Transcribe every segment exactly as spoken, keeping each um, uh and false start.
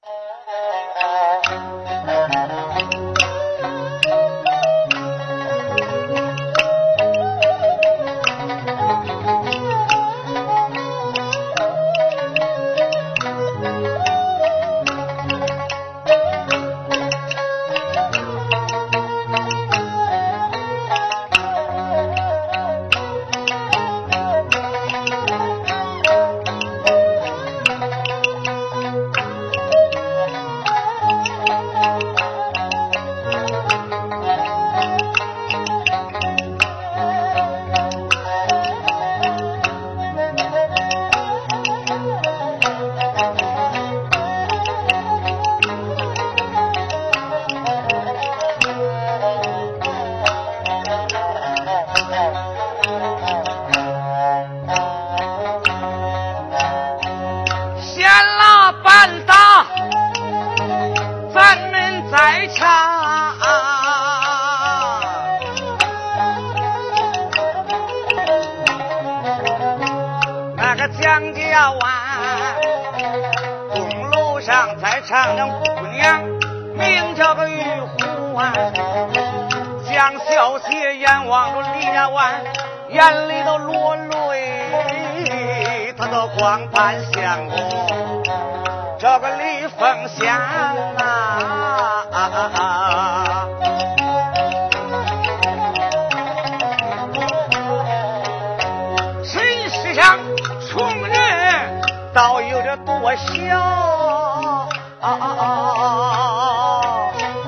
唱着姑娘名叫个玉壶啊，将小姐眼望着李家湾，眼里头落泪，他都光盼相公这个李凤香啊，啊啊啊谁世上穷人倒有着多小啊啊啊！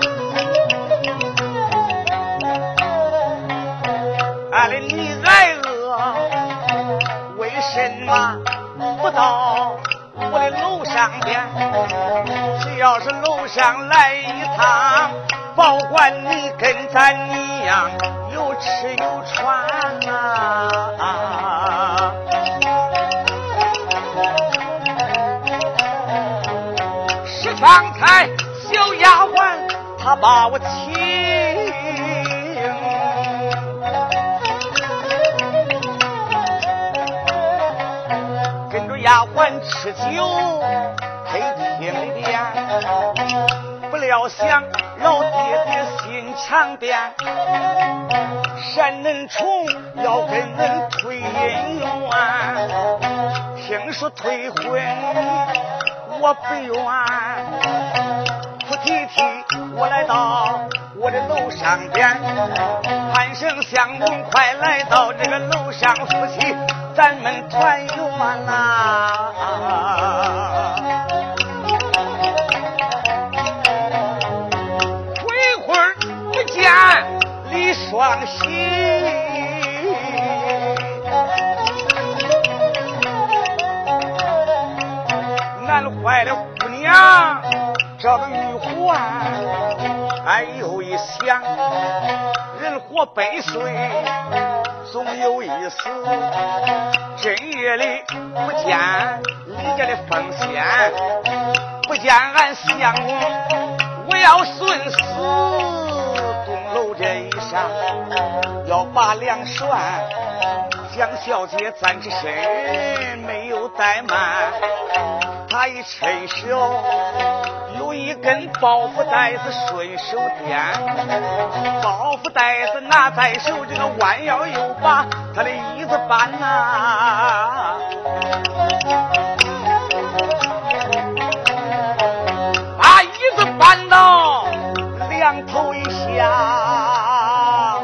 俺的你来了，为什么不到我的楼上边？只要是楼上来一趟，保管你跟咱一样有吃有穿啊！方才小丫鬟她把我请，跟着丫鬟吃酒陪厅里边，不料想老爹爹心肠变，山人虫要跟人推姻缘，听说退婚我不愿，哭啼啼我来到我的楼上边，喊声相公快来到这个楼上，夫妻咱们团圆啦！鬼会儿不见李双喜，难坏了姑娘这个玉环，哎呦一想人活百岁总有一死，正月里不见李家的凤仙，不见俺相公，我要顺死东楼这一上，要把粮栓将小姐暂时身没有怠慢，他一伸手有一根包袱带子顺手掂，包袱带子拿在手，这个弯腰又把他的椅子搬啊，把椅子搬到两头一下，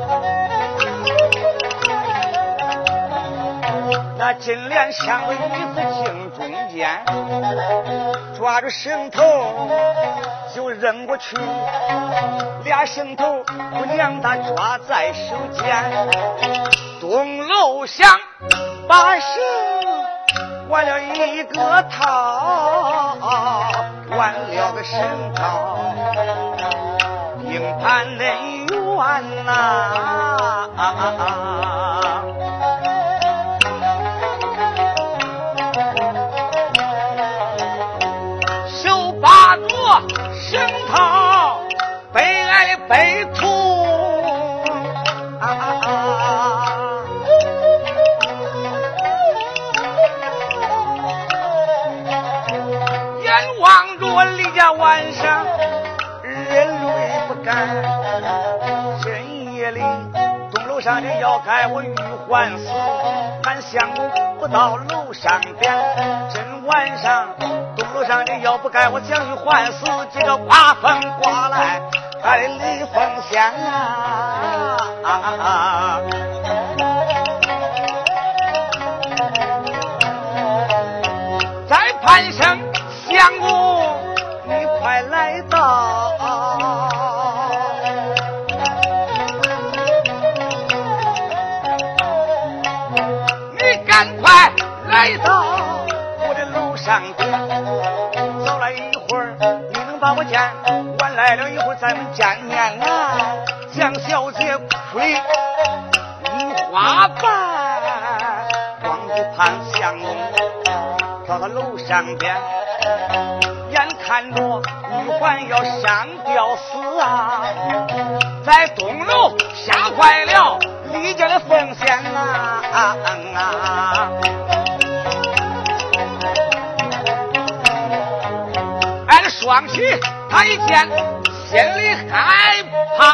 那金莲上的椅子正中间，抓住绳头就扔过去，俩绳头不让他抓在手间，东楼上把绳弯了一个套，弯了个绳套硬盘人圆呐、啊啊啊啊把着绳套悲哀的悲痛啊啊啊眼望着晚上人泪不干，深夜里东楼上的要开我玉环寺，俺相公不到楼上边，真晚上东楼上的要不该我将玉环寺，这个刮风刮来还得雷锋响啊，啊啊啊在潘生相公你快来到，你赶快来到我的楼上边，走来一会儿你能把我见，晚来了一会儿咱们见面啊，江小姐吹樱花瓣，光着潘相公到了楼上边，眼看着玉环要上吊死啊，在东楼吓坏了李家的奉献啊啊啊！俺双喜他一见心里害怕，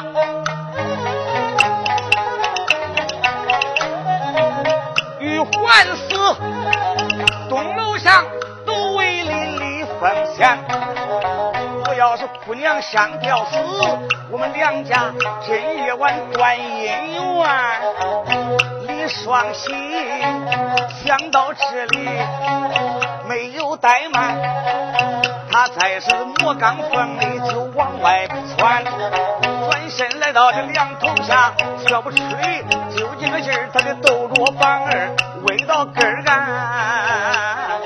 玉环寺东楼上都为邻里奉献，我要是姑娘上吊死，我们两家今夜晚断姻缘。李双喜想到这里没有怠慢，他才是磨钢缝里就往外窜，转身来到这梁头下，脚不吹就这个劲儿，他的抖着棒儿围到根儿干，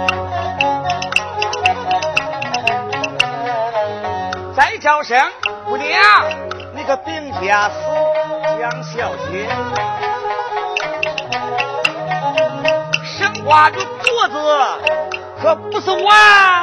再叫声姑娘你个病家死江小姐，生挂着脖子可不是玩，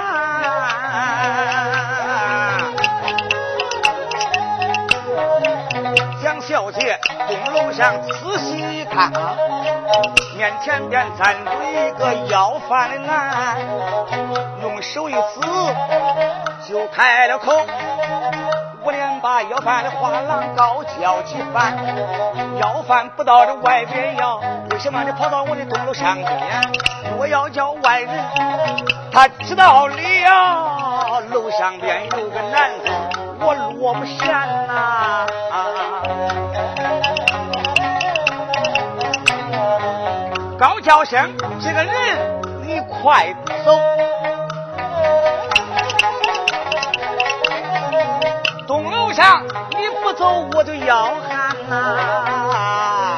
江小姐东楼上仔细一看，面前边站着一个要饭的男，用手一指就开了口，我连把要饭的花郎高叫几番，要饭不到这外边要，为什么你跑到我的东楼上边？我要叫外人他知道了楼上边有个男子，我落不善呐、啊、高叫声这个人你快走，东楼上你不走我就要喊呐、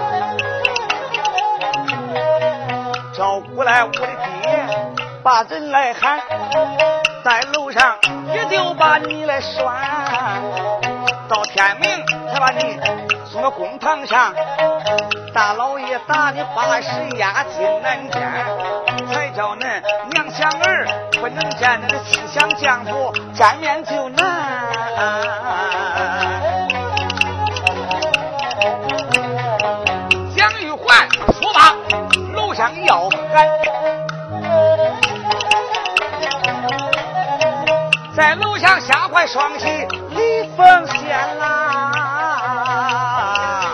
找过来我的爹把人来喊，在楼上也就把你来拴，到天明才把你送到公堂上，大老爷打你八十押进南监，才叫恁娘相儿不能见你的亲乡丈夫，见面就难。江玉环说罢楼上要喊，在楼上吓坏双喜李凤仙啦，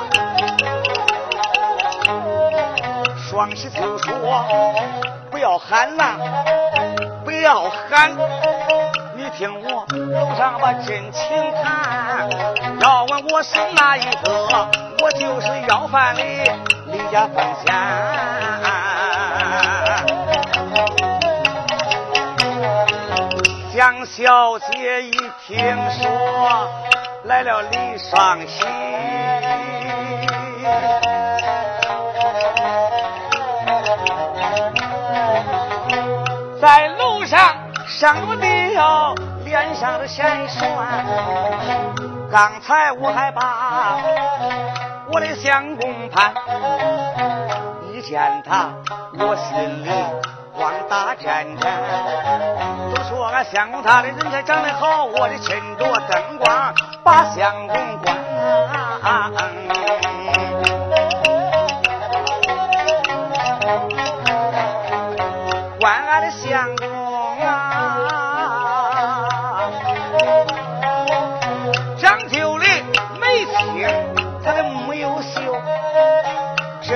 双喜就说不要喊啦，不要喊，你听我楼上把真情谈，要问我是哪一个，我就是要饭的李家凤仙。江小姐一听说来了李双喜，在楼上上我的腰，脸上的咸酸，刚才我还把我的相公盼，一见他我心里光打战战，都说俺相公他的人才长得好，我的趁着灯光把相公关啊，关俺的相公啊，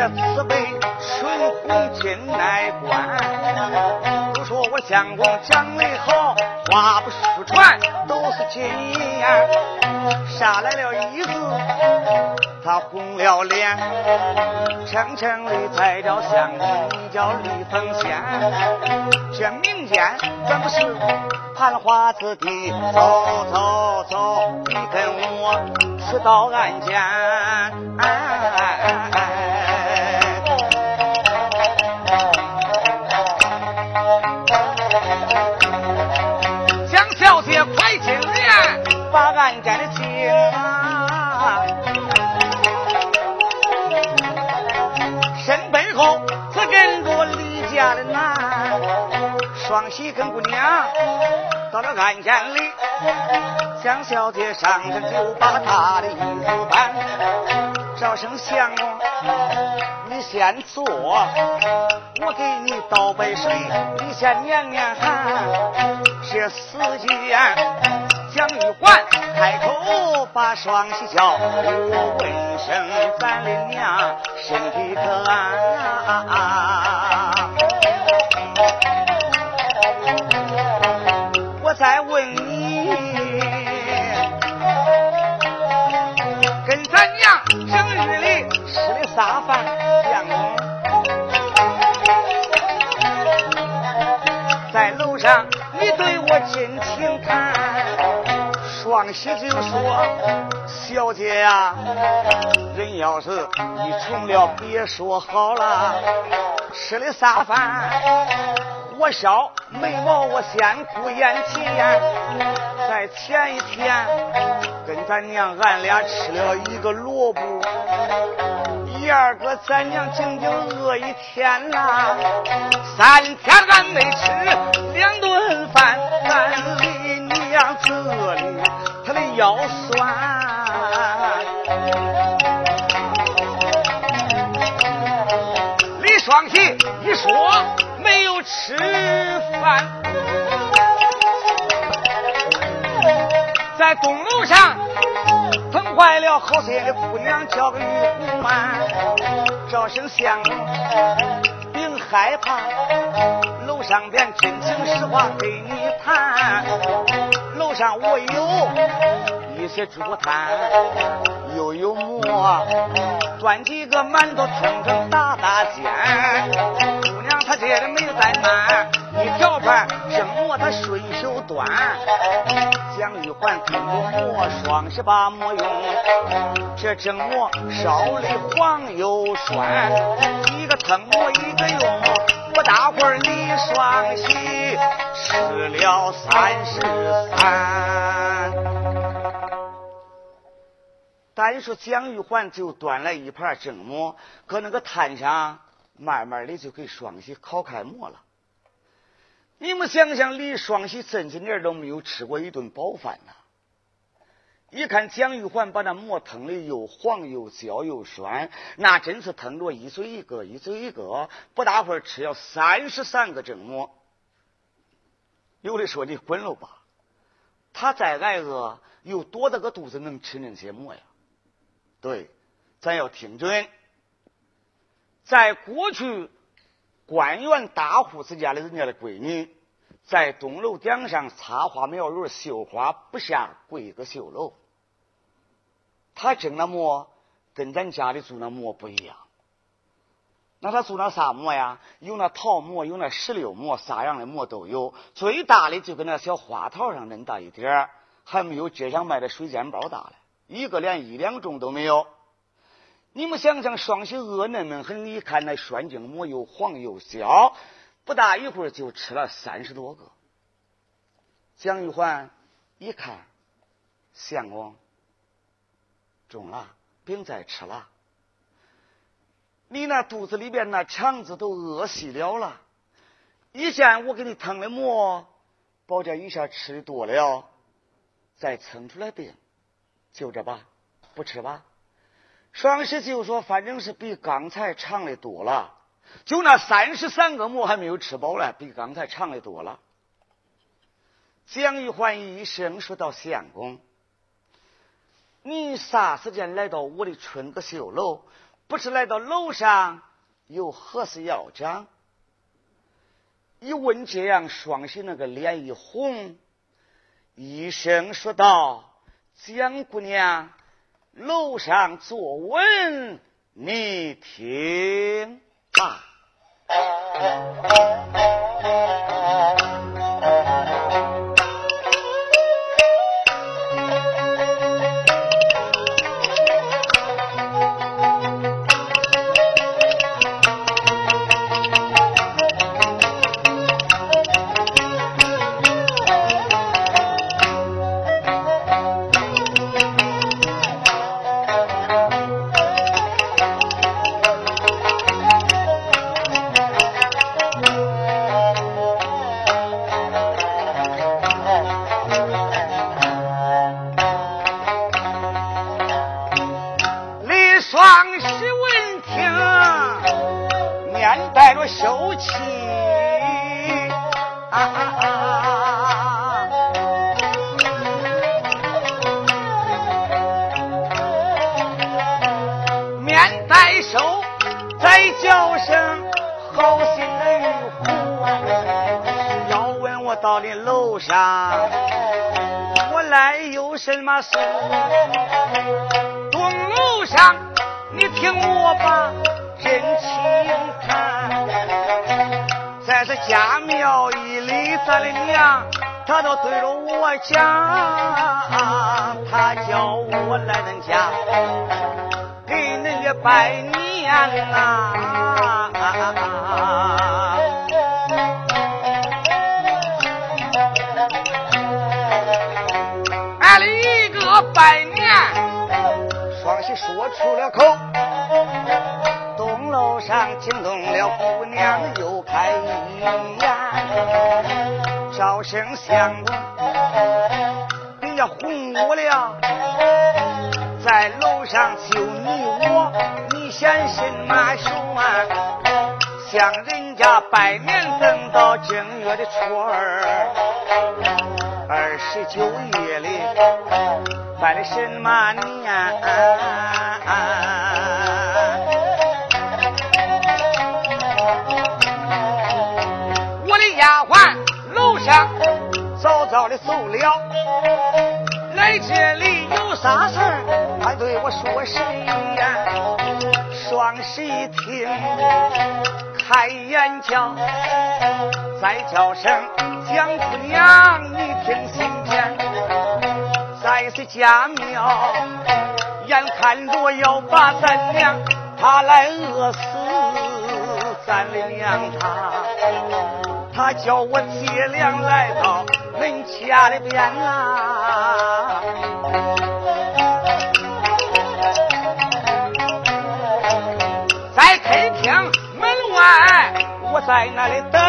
这慈悲顺红金来管。都说我相公长得好，话不失传都是金呀。杀来了一子，他红了脸，称称的才叫相公，你叫李凤仙。这民间怎不是盘花子弟？走走走，你跟我去到案间。哎哎哎江小姐快进帘，把案间的进啊，身背后只跟着李家的男，双喜跟姑娘到了案间里，江小姐上身就把她的衣服搬，赵生相公你先坐，我给你倒杯水，你先念念汗。这时间江玉环开口把双喜叫，我问声咱的娘身体可安啊？我再问你，跟咱娘正日里吃的啥饭？相公在楼上你对我真情谈。双喜就说小姐呀、啊，人要是一重了别说好了，吃的啥饭？我烧眉毛我先顾眼前，在前一天跟咱娘俺俩吃了一个萝卜，第二个咱娘整整饿一天啦，三天俺没吃两顿饭，俺李娘这里她的腰酸。李双喜一说没有吃饭，在东楼上疼坏了好些的姑娘，叫个玉姑妈。赵生相公并害怕，楼上边真情实话给你谈。楼上我有一些竹炭，又有馍，端几个馒头腾腾大大煎。姑娘她这个没怠慢，一条盘蒸馍她顺手端。江玉环跟着馍，双十八馍用，这蒸馍烧的黄又酸，一个腾馍一个用，不大会儿李双喜吃了三十三。单说江玉环就端来一盘蒸馍，搁那个摊上慢慢的就给双喜烤开馍了。你们想想，李双喜这几年都没有吃过一顿饱饭呐。一看江玉环把那馍腾的又黄又焦又酸，那真是腾着一嘴一个一嘴一个，不大会儿吃了三十三个蒸馍。有的说你滚了吧，他再挨饿有多大个肚子能吃那些馍呀？对，咱要听准。在过去官员大户之家的人家的闺女，在东楼顶上插花苗园绣花，不下贵个绣楼。他蒸那馍跟咱家里做那馍不一样。那他做那啥馍呀？有那桃馍，有那石榴馍，啥样的馍都有。最大的就跟那小花桃上恁大一点儿，还没有街上卖的水煎包大了，一个连一两重都没有。你们想想，双喜饿嫩嫩很，一看那栓蒸馍又黄又焦，不大一会儿就吃了三十多个。江玉环一看，相公中了，别再吃了，你那肚子里边那肠子都饿死了了。一见我给你腾的馍，保证一下吃的多了，再蹭出来病，就这吧，不吃吧。双喜就说反正是比刚才尝的多了，就那三十三个馍还没有吃饱了，比刚才尝的多了。江玉环一声说到相公，你啥时间来到我的春个绣楼， 不是来到楼上有何事要讲？一问这样，双喜那个脸一红，一声说道：“蒋姑娘，楼上坐稳，你听吧。”羞气啊啊啊！面带手，再叫声好心的玉虎，要问我到你楼上，我来有什么事？东楼上，你听我把真情谈。在这家庙一里，咱的娘她都对着我讲，她叫我来恁家给恁个拜年啊！俺的一个拜年，双喜说出了口。东楼上惊动了姑娘又开言，招声响人家哄我了，在楼上就你我，你嫌什么凶啊？向人家拜年等到正月的初二，二十九夜里拜了什么年啊？丫鬟楼上早早的走了，来这里有啥事儿？还对我说谁呀？双喜一听，开眼叫，再叫声蒋姑娘，你听心间，在这家庙，眼看着要把咱娘她来饿死，咱的娘她。他叫我接粮来到恁家里边啊，在客厅门外，我在那里等。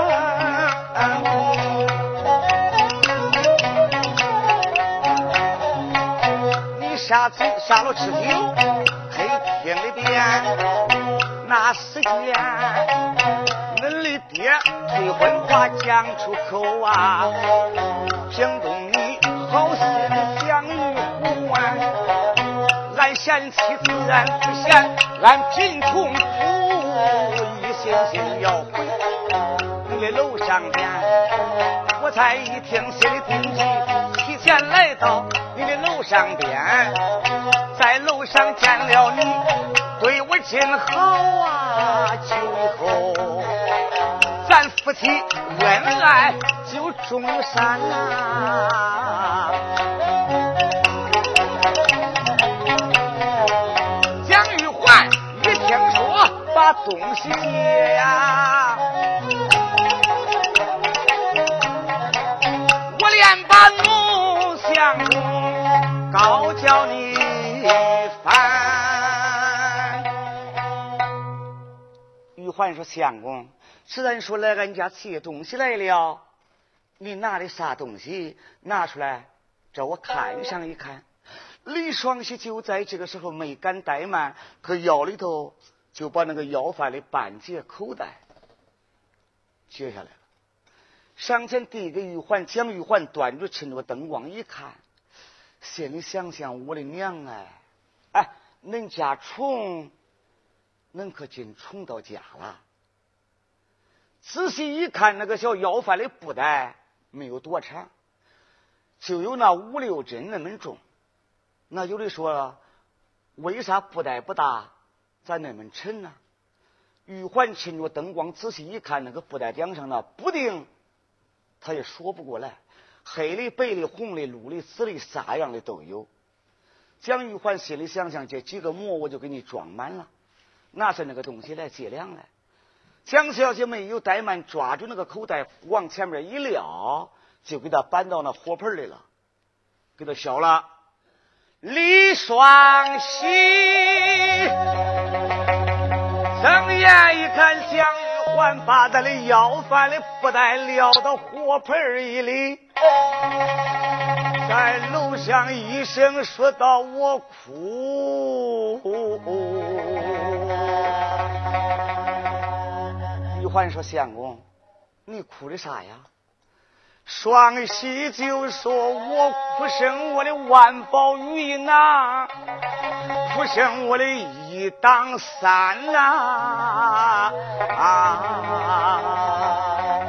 你杀猪杀了吃酒，客厅里边那时间。爹退婚话讲出口啊，平东你好心想与虎啊，俺嫌妻自然不嫌，俺贫穷苦，一心心要回你的楼上边。我才一听心里定计，提前来到你的楼上边，在楼上见了你，对我真好啊，就以后咱夫妻恩爱就终山啊！蒋玉环一听说把东西接呀，我连把奴相公高叫你烦。玉环说：“相公。”是人说来俺家借东西来了，你拿的啥东西？拿出来，叫我看上一看。李双喜就在这个时候没敢怠慢，可腰里头就把那个要饭的半截口袋接下来了，上前递给玉环，蒋玉环端着趁着灯光一看，心里想想我的娘哎，哎，恁家穷恁可真冲到家了。仔细一看，那个小要饭的布袋没有多长，就有那五六针那么重。那有的说了，为啥布袋不大，咋那么沉呢？玉环趁着灯光仔细一看，那个布袋顶上那不定，他也说不过来，黑的、白的、红的、绿的、紫的，啥样的都有。蒋玉环心里想想，这几个馍我就给你装满了，拿出那个东西来计量来。蒋小姐没有怠慢，抓住那个口袋往前面一撂，就给他搬到那火盆里了，给他烧了。李双喜睁眼一看，蒋玉环把他的要饭的布袋撂到火盆里，在楼上一声说道：“我哭。”玉环说：“相公，你哭的啥呀？”双喜就说：“我哭生我的万宝玉呐，哭生我的一当三呐！”啊！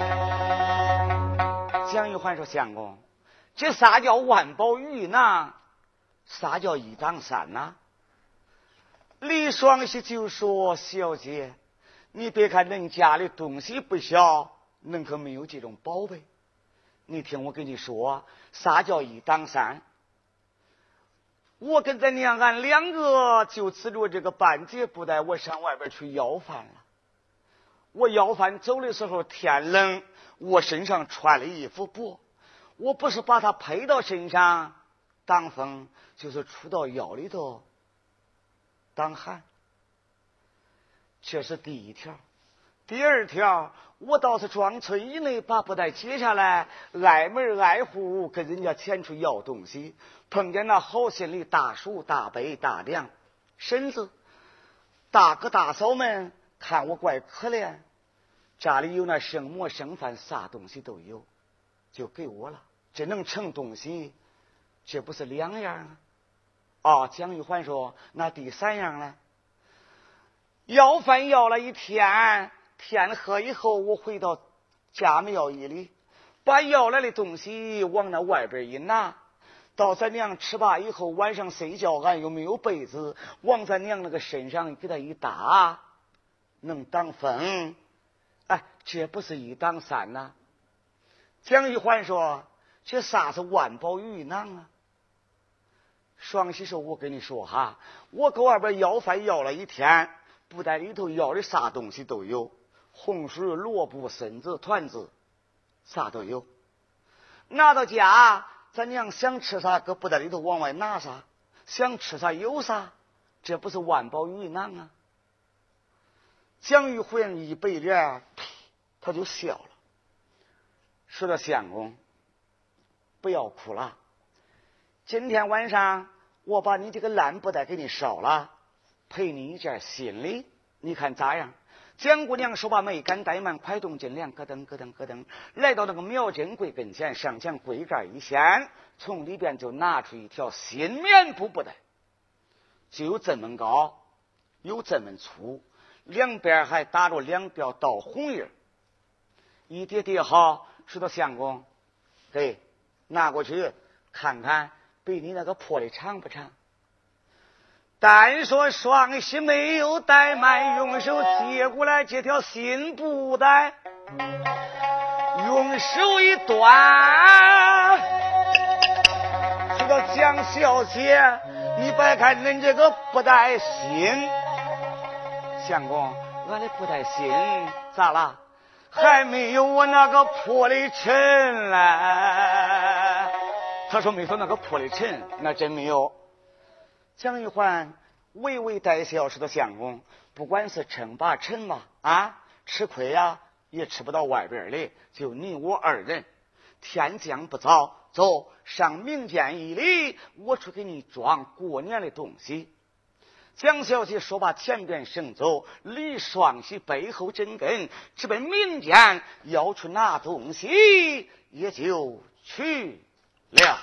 蒋玉环说：“相公，这啥叫万宝玉呢？啥叫一当三呢？”李双喜就说：“小姐，你别看恁家里东西不小，恁可没有这种宝贝。你听我跟你说，啥叫一当三？我跟咱娘俺两个就持着这个半截布袋，我上外边去要饭了。我要饭走的时候天冷，我身上穿了一副布，我不是把它配到身上挡风，就是出到腰里头挡寒。这是第一条。第二条，我倒是庄村以内把布袋解下来，挨门挨户跟人家前出要东西，碰见那好心的大叔大伯大娘婶子大哥大嫂们，看我怪可怜，家里有那生馍生饭啥东西都有，就给我了。这能盛东西，这不是两样啊？哦，蒋玉环说：“那第三样呢？要饭要了一天，天黑以后，我回到家庙驿里，把要来的东西往那外边一拿，到咱娘吃罢以后，晚上睡觉俺又没有被子，往咱娘那个身上给他一搭，能挡风。哎，这不是一挡三呐？”蒋玉环说：“这啥是万宝玉囊啊？”双喜说：“我跟你说哈，我搁外边要饭要了一天，布袋里头要的啥东西都有，红薯、萝卜、参子、团子，啥都有。拿到家，咱娘想吃啥，搁布袋里头往外拿啥，想吃啥有啥，这不是万宝玉囊啊？”蒋玉环一白脸，他就笑了，说到：“相公，不要哭了，今天晚上我把你这个烂布袋给你烧了，赔你一件新的，你看咋样？”蒋姑娘手把梅干怠慢，快动金梁，咯噔咯噔咯噔，来到那个苗珍贵跟前，上前柜盖一掀，从里边就拿出一条新棉布布袋，就有这么高，有这么粗，两边还打着两标道红印，一叠叠好，说到：“相公，给拿过去看看，比你那个破的长不长？”但说双喜没有怠慢，用手接过来这条新布袋，用手一端，说到：“蒋小姐，你别看恁这个布袋新。”相公，俺的布袋新咋了？还没有我那个破的沉来。他说：“没说那个破的沉，那真没有。”蒋玉环微微带笑，说道：“相公，不管是称吧沉吧啊，吃亏呀、啊、也吃不到外边来，就你我二人，天将不早，走上民间一里，我去给你装过年的东西。”蒋小姐说罢，前边行走，李双喜背后跟跟，直奔民间要去拿东西，也就去了。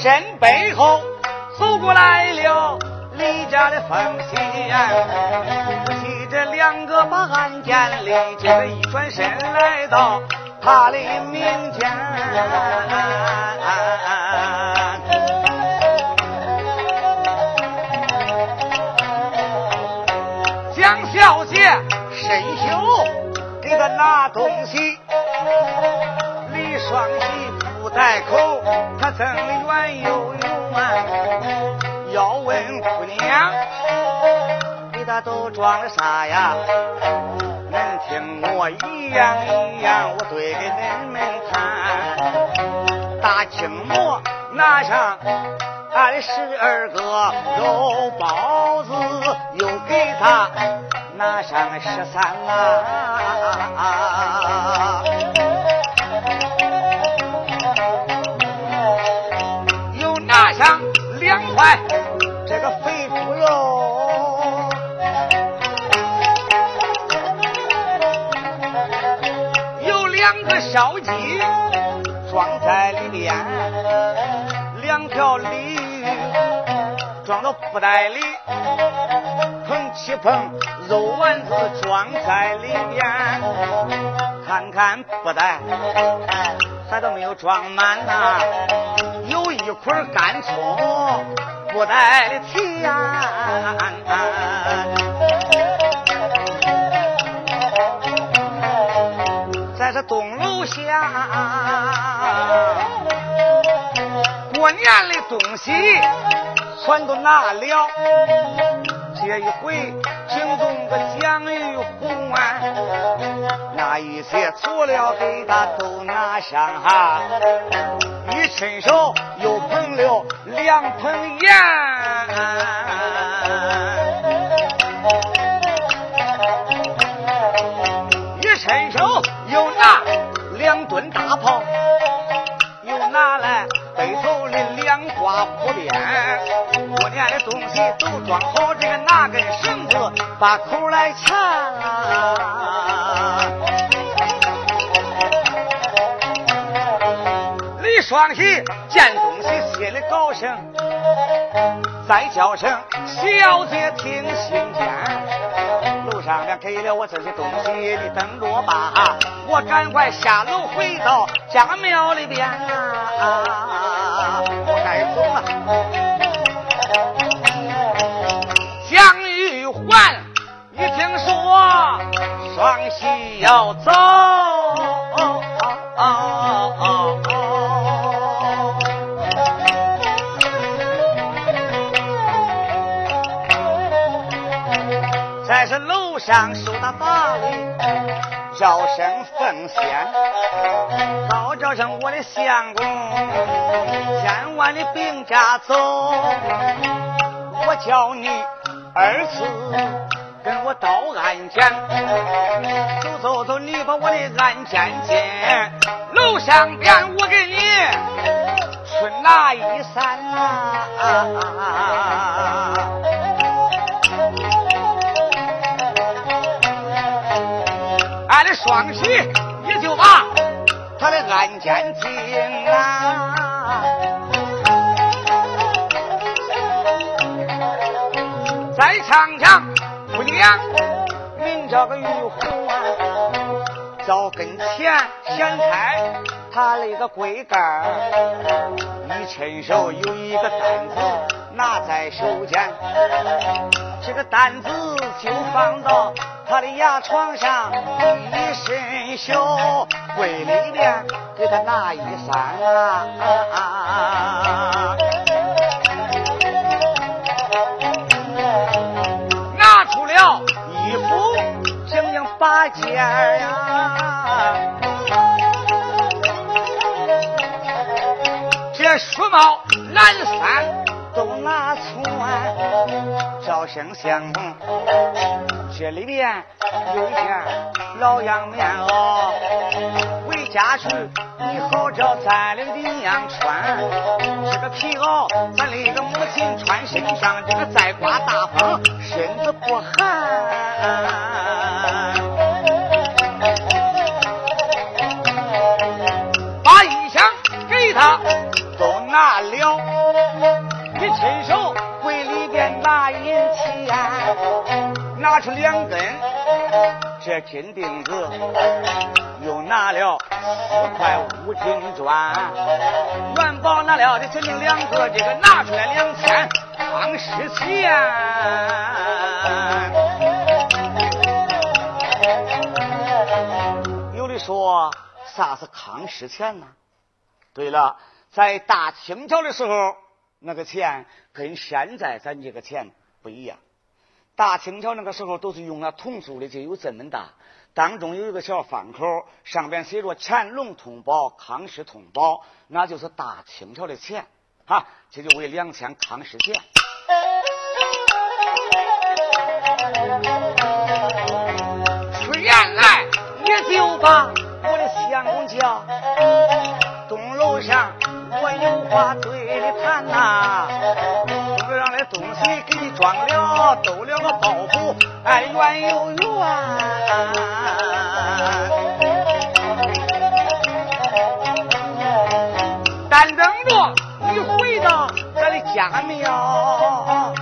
身背后走过来了李家的风信，提着两个把案件里，接着一转身来到他的面前。江小姐伸手给他拿东西，李双喜不带口，他睁得圆悠悠啊，要问姑娘给他都装了啥呀？能听我一样一样我对给你们谈。大青馍拿上俺的十二个肉包子，又给他拿上十三啊，又拿上两块这个肥猪肉，有两个烧鸡装在里边，两条鲤鱼装到布袋里，捧起捧肉丸子装在里边，看看布袋还都没有装满呐，有一捆干葱布袋里填。在这东楼下过年的东西全都拿了，这一回京东个酱鱼红啊，那一些佐料给他都拿上哈，一伸手又捧了两盆盐，一伸手又拿两吨大炮，又拿来北头的两挂火鞭，过年的东西都装好，这个拿根绳子把口来缠。李双喜见东西心里高兴，再叫声小姐听心间，楼上边给了我这些东西，你等着吧，我赶快下楼回到家庙里边啊，我该走了。江玉环一听说双喜要走，哦哦哦哦在这楼上受到法律，叫声奉先，高叫声我的相公，千万的兵家走，我叫你二次跟我到案间，走走走，你把我的案件见，楼上边我给你春拿一伞啊，俺的双喜也就把他的案件进啊，再尝尝姑娘名叫个玉红啊，早跟前掀开他那个柜盖，一伸手有一个担子拿在手间，这个担子就放到他的牙床上，一伸手柜里边给他拿一伞啊，啊啊拿出了衣服整整八件啊，这梳帽蓝衫都拿出来，赵生相公这里边有一件老羊棉袄，回家去你好找咱的领样穿，这个皮袄咱那个母亲穿身上，这个再刮大风身子不寒，把衣裳给他都拿了， 出两根这金钉子，又拿了四块五金砖，元宝拿了这金钉两个，这个拿出来两千康氏钱。有的说啥是康氏钱呢？对了，在大清朝的时候，那个钱跟现在咱这个钱不一样。大清朝那个时候都是用了铜铸的，就有这么大，当中有一个小方口，上边写着乾隆通宝、康氏通宝，那就是大清朝的钱啊，这就为两千康氏钱。虽然来也就把我的相公叫东楼上，我有话对你谈呐、啊，我让那东西给你装了，兜了个包袱，哎，圆又圆。但等着你回到咱的家庙，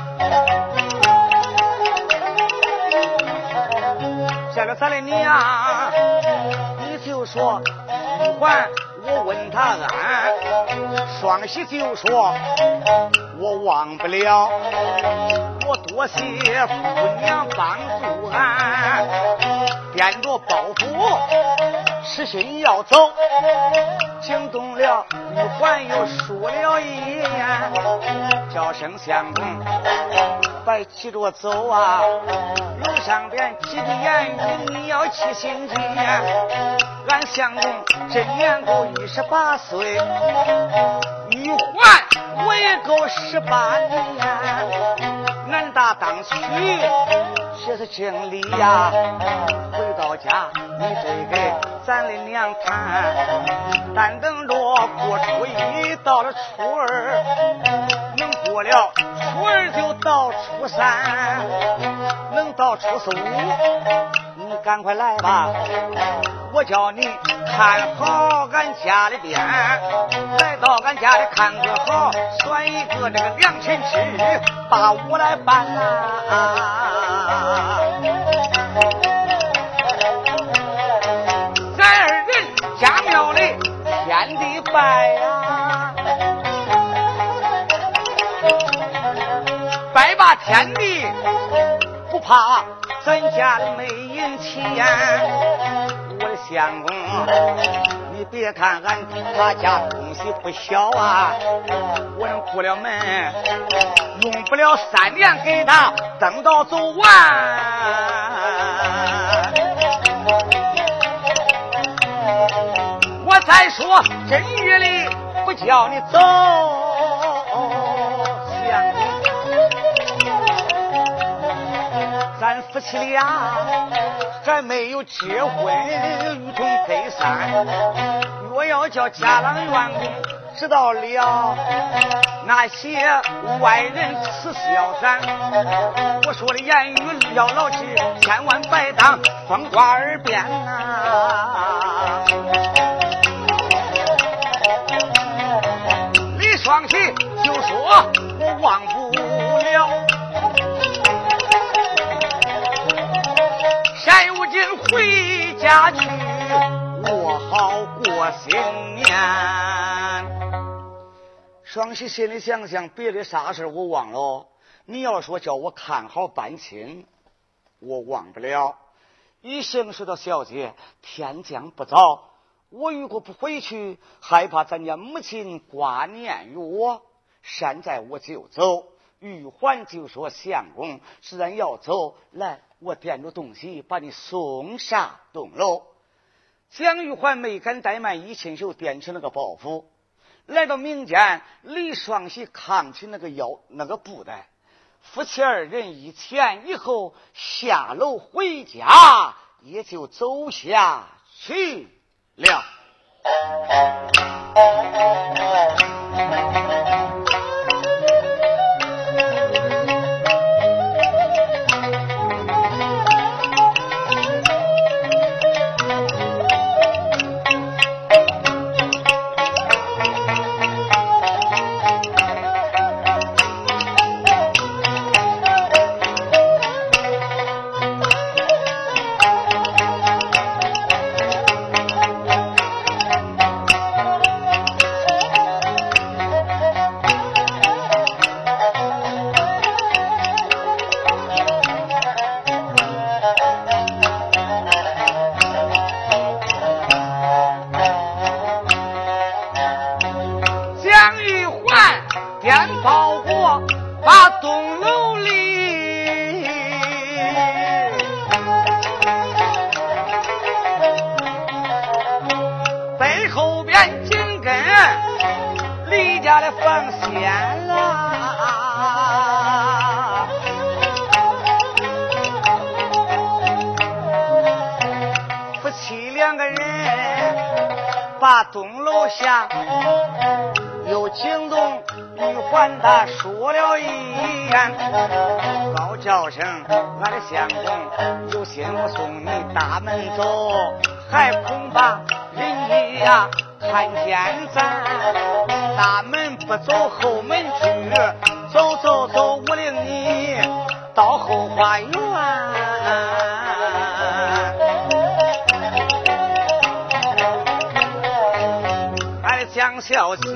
见了咱的娘，你就说玉环，我问他安，双喜就说我忘不了，我多谢姑娘帮助俺，掂着包袱实心要走，惊动了玉环又说了一言，叫声相公别急着走啊，楼上边几个言语你要起心机，俺相公这年够一十八岁，玉环我也够十八年，俺大当去这是经理呀，回到家你得给咱的娘谈，但等着过初一到了初二，能过了初二就到初三，能到初四五你赶快来吧，我叫你看好俺家里边，来到俺家里看个好，算一个这个良辰吉日把我来办啊。咱二人家庙里天地拜呀，拜把天地不怕咱家里没银钱，我的相公你别看俺他家东西不小啊，我能过了门用不了三年给他等到走完，我再说正月里不叫你走，相公咱夫妻俩还没有结婚如同隔山，若要叫家郎员工知道了，那些外人耻笑咱，我说的言语要牢记，千万别当风花耳边啊。李双喜就说我忘不了，现如今回家去，我好过新年。双喜心里想想，别的啥事我忘了，你要说叫我看好办亲，我忘不了。一心说到小姐，天将不早，我如果不回去，害怕咱家母亲挂念于我，现在我就走。玉环就说相公自然要走，来我掂着东西把你送上东楼。蒋玉环没敢怠慢，一亲手掂起那个包袱，来到民间，李双喜扛起那个腰那个布袋，夫妻二人一前一后下楼回家，也就走下去了。 下的奉献啦。夫妻两个人把东楼下，又惊动玉环他说了一言，高叫声俺的相公，有心我送你大门走，还恐怕人家呀看见咱大门不走后门去，走走走我领你到后花园。俺的江小姐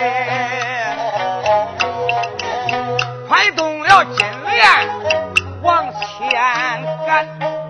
快动了金链往前赶，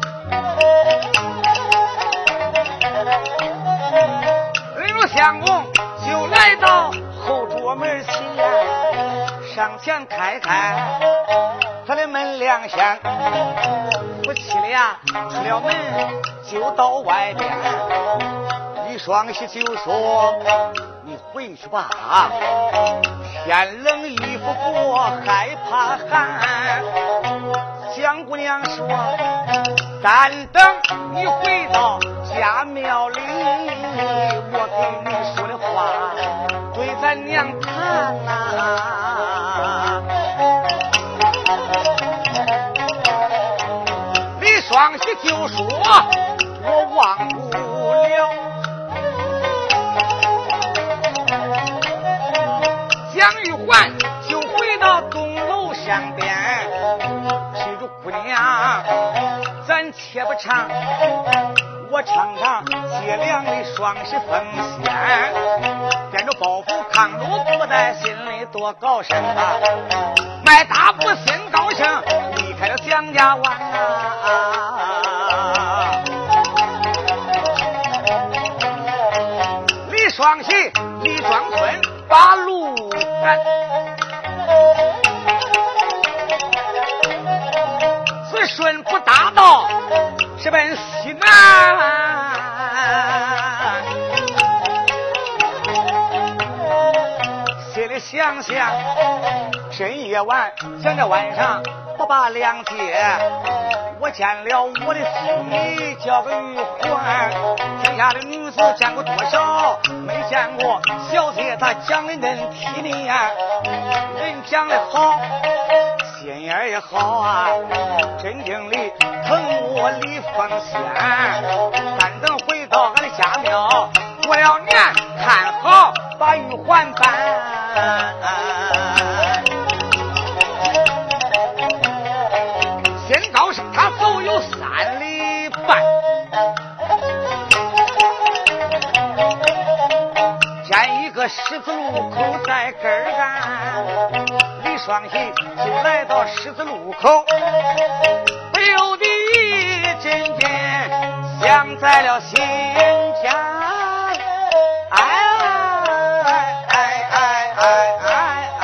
领着相公就来到后桌门前，上前开开他的门两扇，夫妻俩出了门就到外边。李双喜就说你回去吧，天冷衣服不害怕寒。江姑娘说但等你回到家庙里，我给你说的话对咱娘谈啊。李双喜就说我忘不了，江玉环就回到东楼上边，记住姑娘咱且不唱，我唱唱接粮的双喜奉献，跟着包袱扛路不在心里多高兴啊，卖大不心高兴离开了蒋家湾啊。李双喜李庄村把路赶，自顺不大道是奔西南，心里想想深夜晚想着晚上不把两姐，我见了我的妻叫个玉环，天下的女子见过多少，没见过小姐她讲的恁体面，人讲的好心眼也好啊，真正的疼我李凤仙。但等回到俺的家庙过了年，看好把玉环办，先高兴他走有三里半，见一个十字路口在根儿干，李双喜就来到十字路口，不由得一阵阵想在了心间，哎哎哎哎哎哎哎！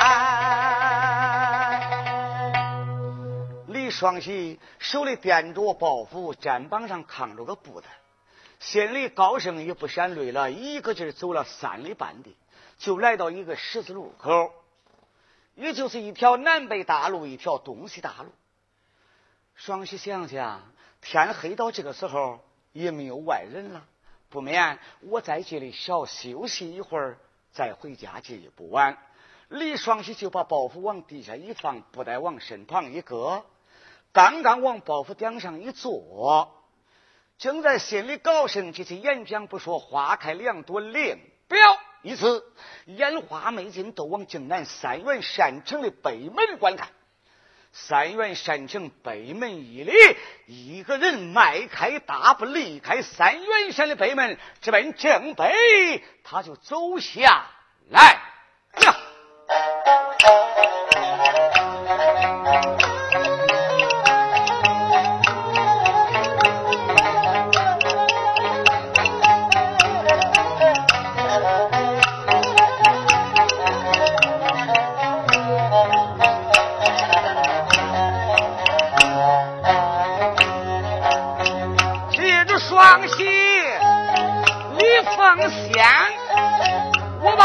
李双喜手里掂着包袱，肩膀上扛着个布袋，心里高兴也不闪泪了，一个劲儿走了三里半地，就来到一个十字路口，也就是一条南北大路，一条东西大路。双喜想想，天黑到这个时候也没有外人了，不免我在这里小休息一会儿，再回家去也不晚。李双喜就把包袱往地下一放，布袋往身旁一搁，刚刚往包袱顶上一坐，正在心里高兴，这些言讲不说，花开两朵另表一次，烟花美景都往京南三元山城的北门观看。三元山城北门一里，一个人迈开大步离开三元山的北门，直奔正北，他就走下来呀。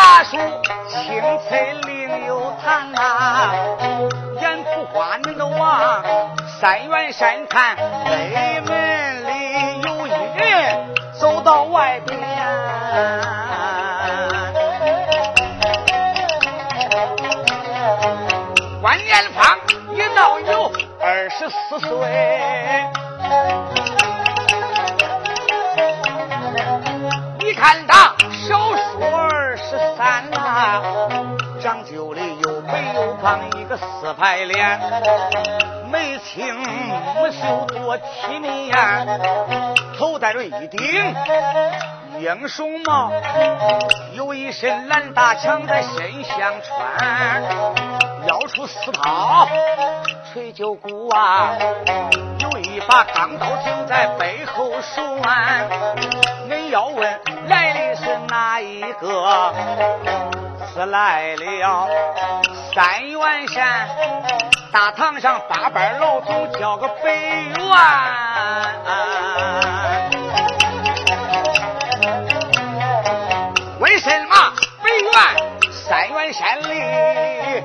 花树青翠另有藏啊，沿蒲花您都往三元山看，北门里有一人走到外边，关年芳也到有二十四岁，你看他手数二十三啦，长久里又肥又胖，一个四排脸，眉清目秀多体面，头戴着一顶英雄帽，有一身蓝大枪在身上穿，腰出丝绦吹酒鼓啊，有一把钢刀就在背后拴。你要问来的是哪一个？是来了三元山大堂上八班老总叫个北元。为什么北元三元山里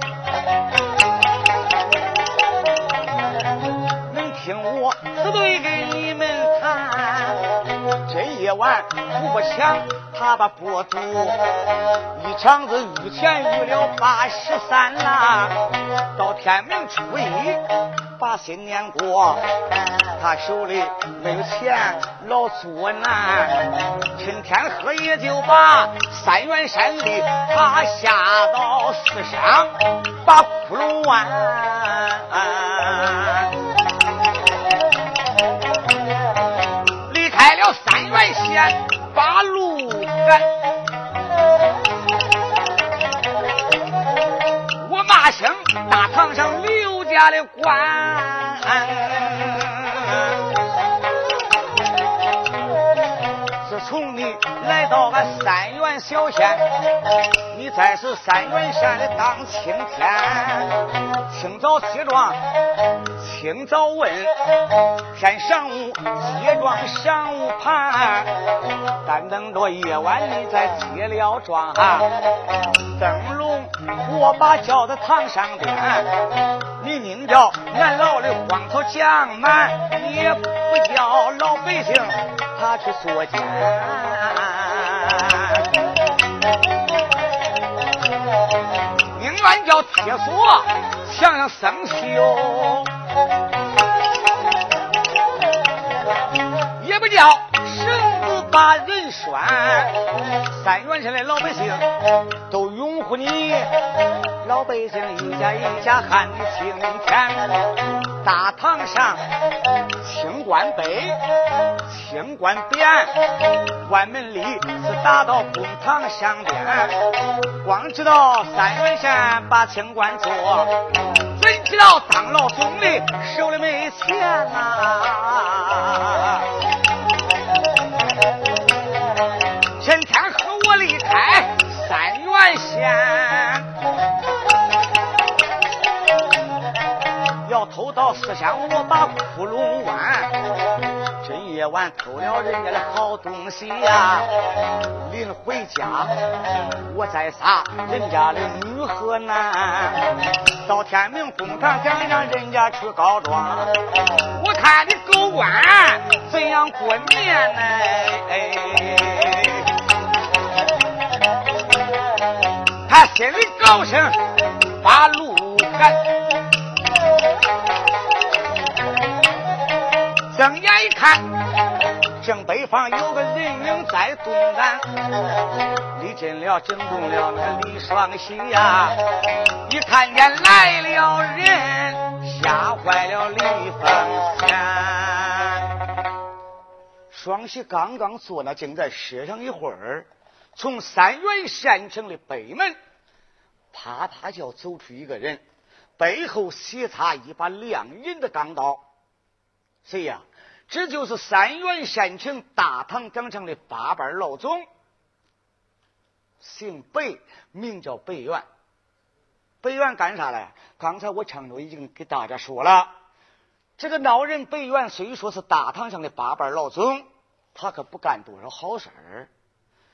能听我只对给你们谈？这夜晚不不抢他把波赌，一场子御钱御了八十三啦，到天明初一把新年过，他手里没有钱老作难，趁天黑也就把三元山里他下到四上把窟窿湾，离开了三元县把路赶，我骂声大堂上刘家的官，自从你来到俺三元小县，你再是三元山的当青天，清早起床清早问，天上午接庄上午盘，但等着夜晚你再接了庄，灯笼我把叫到堂上边，你拧着俺老的荒草将满，也不叫老百姓他去作奸，宁愿叫铁锁墙上生锈，也不叫绳子把人拴。三元山的老百姓都拥护你，老百姓一家一家喊你青天，大堂上清官北清官边，关门里是打到公堂上边，光知道三元山把清官做，怎知道当老总的手里没钱啊？前天和我离开三元县，要偷到四乡我把窟窿湾，真夜晚偷了人家的好东西呀、啊！临回家我再杀人家的女和男，到天明公堂想让人家出告状，我看你狗官怎样过年呢？哎，他心里高兴把路赶，睁眼一看，正北方有个人影在东南，李真了惊动了那李双喜呀，一看见来了人，吓坏了李凤仙。双喜刚刚坐那，正在歇上一会儿，从三元山城的北门啪啪就走出一个人，背后斜插一把亮银的钢刀。谁呀？这就是三元山城大堂章上的八班老总，姓北，名叫北元。北元干啥来？刚才我常州已经给大家说了，这个老人北元虽说是大堂上的八班老总，他可不干多少好事儿。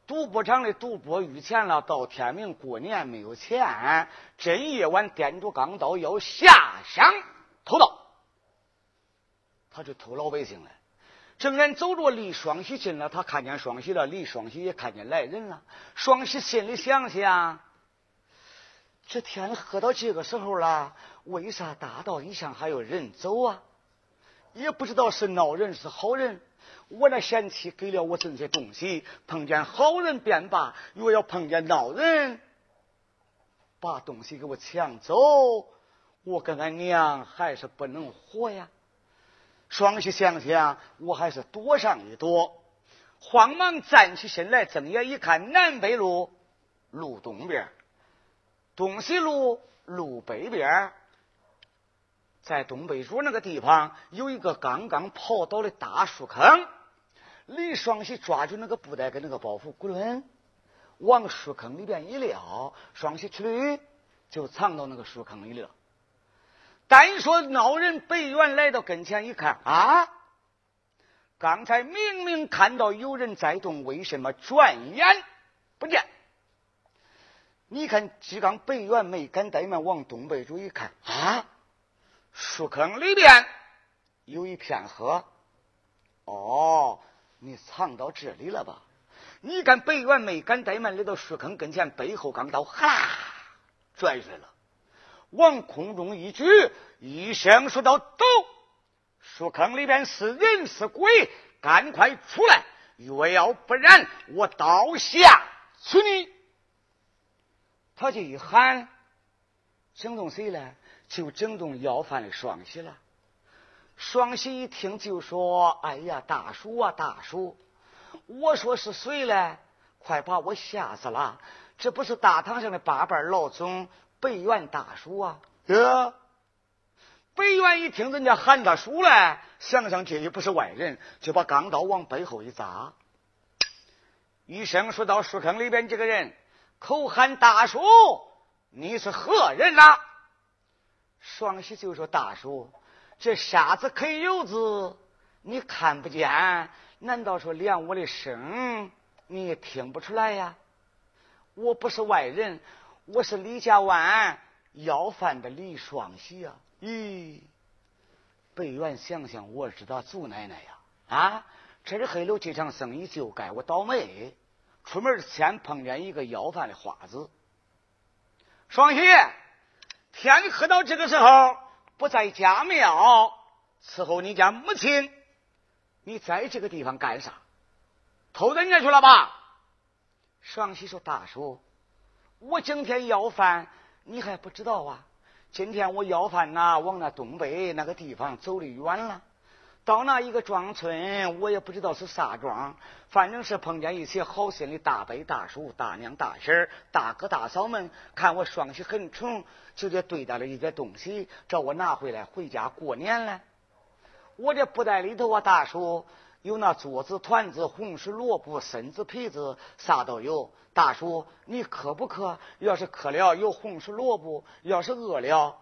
赌博场的赌博余钱了，到天明过年没有钱，真夜晚掂着钢刀要下乡偷盗，他就偷老百姓了。正然走着离双喜近了，他看见双喜了，离双喜也看见来人了。双喜心里想想，这天喝到这个时候了，为啥大道一向还有人走啊？也不知道是孬人是好人。我那贤妻给了我这些东西，碰见好人便罢，又要碰见孬人把东西给我抢走，我跟俺娘还是不能活呀。双喜想想，我还是躲上一躲，慌忙站起身来，睁眼一看，南北路路东边，东西路路北边，在东北角那个地方有一个刚刚刨倒的大树坑，李双喜抓住那个布袋跟那个包袱，咕伦往树坑里边一撂，双喜去驴就藏到那个树坑里了。单说孬人北元来到跟前一看啊，刚才明明看到有人在动，为什么转眼不见？你看只刚北元没敢怠慢，往东北处一看啊，树坑里边有一片河。哦，你藏到这里了吧？你看北元没敢怠慢，来到树坑跟前，背后钢刀哈啦拽出来了，往空中一举，一声说道：“走！树坑里边是人是鬼，赶快出来！若要不然，我刀下取你！”他这一喊，整动谁了？就整动要饭的双喜了。双喜一听就说：“哎呀，大叔啊，大叔！我说是谁嘞？快把我吓死了！这不是大堂上的八瓣老总北元大叔啊！”呃，北元一听人家喊大叔嘞，想想这也不是外人，就把钢刀往背后一扎，一声说到：“树坑里边这个人口喊大叔，你是何人呐？”双喜就说：“大叔，这傻子 K 油子你看不见，难道说连我的声你也听不出来呀？我不是外人，我是李家湾要饭的李双喜啊！”咦，北元想想，我知道祖奶奶呀，啊，这是黑了这场生意就该我倒霉。出门之前碰见一个要饭的花子。双喜，天喝到这个时候不在家庙伺候你家母亲，你在这个地方干啥？偷人家去了吧？双喜说：“大叔，我整天要饭，你还不知道啊？今天我要饭呐，往那东北那个地方走的远了，到那一个庄村，我也不知道是啥庄，反正是碰见一些好心的大伯大叔、大娘大婶、大哥大嫂们，看我双喜很穷，就这对待了一点东西，找我拿回来回家过年了。我这布袋里头啊，大叔有那桌子团子、红薯萝卜、参子皮子，啥都有。大叔你渴不渴？要是渴了有红薯萝卜，要是饿了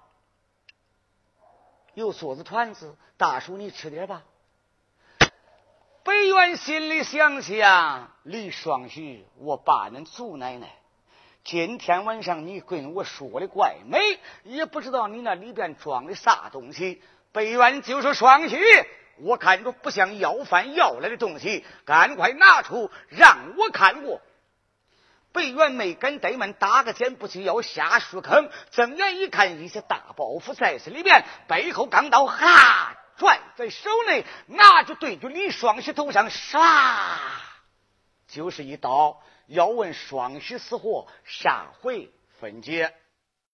有桌子团子，大叔你吃点吧。北元心里想想，李双喜，我爸恁祖奶奶，今天晚上你跟我说的怪美，也不知道你那里边装的啥东西。北元就说：“双喜，我看着不像要饭要来的东西，赶快拿出让我看过。”北元没敢怠慢，打个箭步就要下树坑，睁眼一看，一些大包袱在这里边，背后钢刀哈拽在手内，拿着对着李双喜头上唰就是一刀。要问双喜死活，下回分解。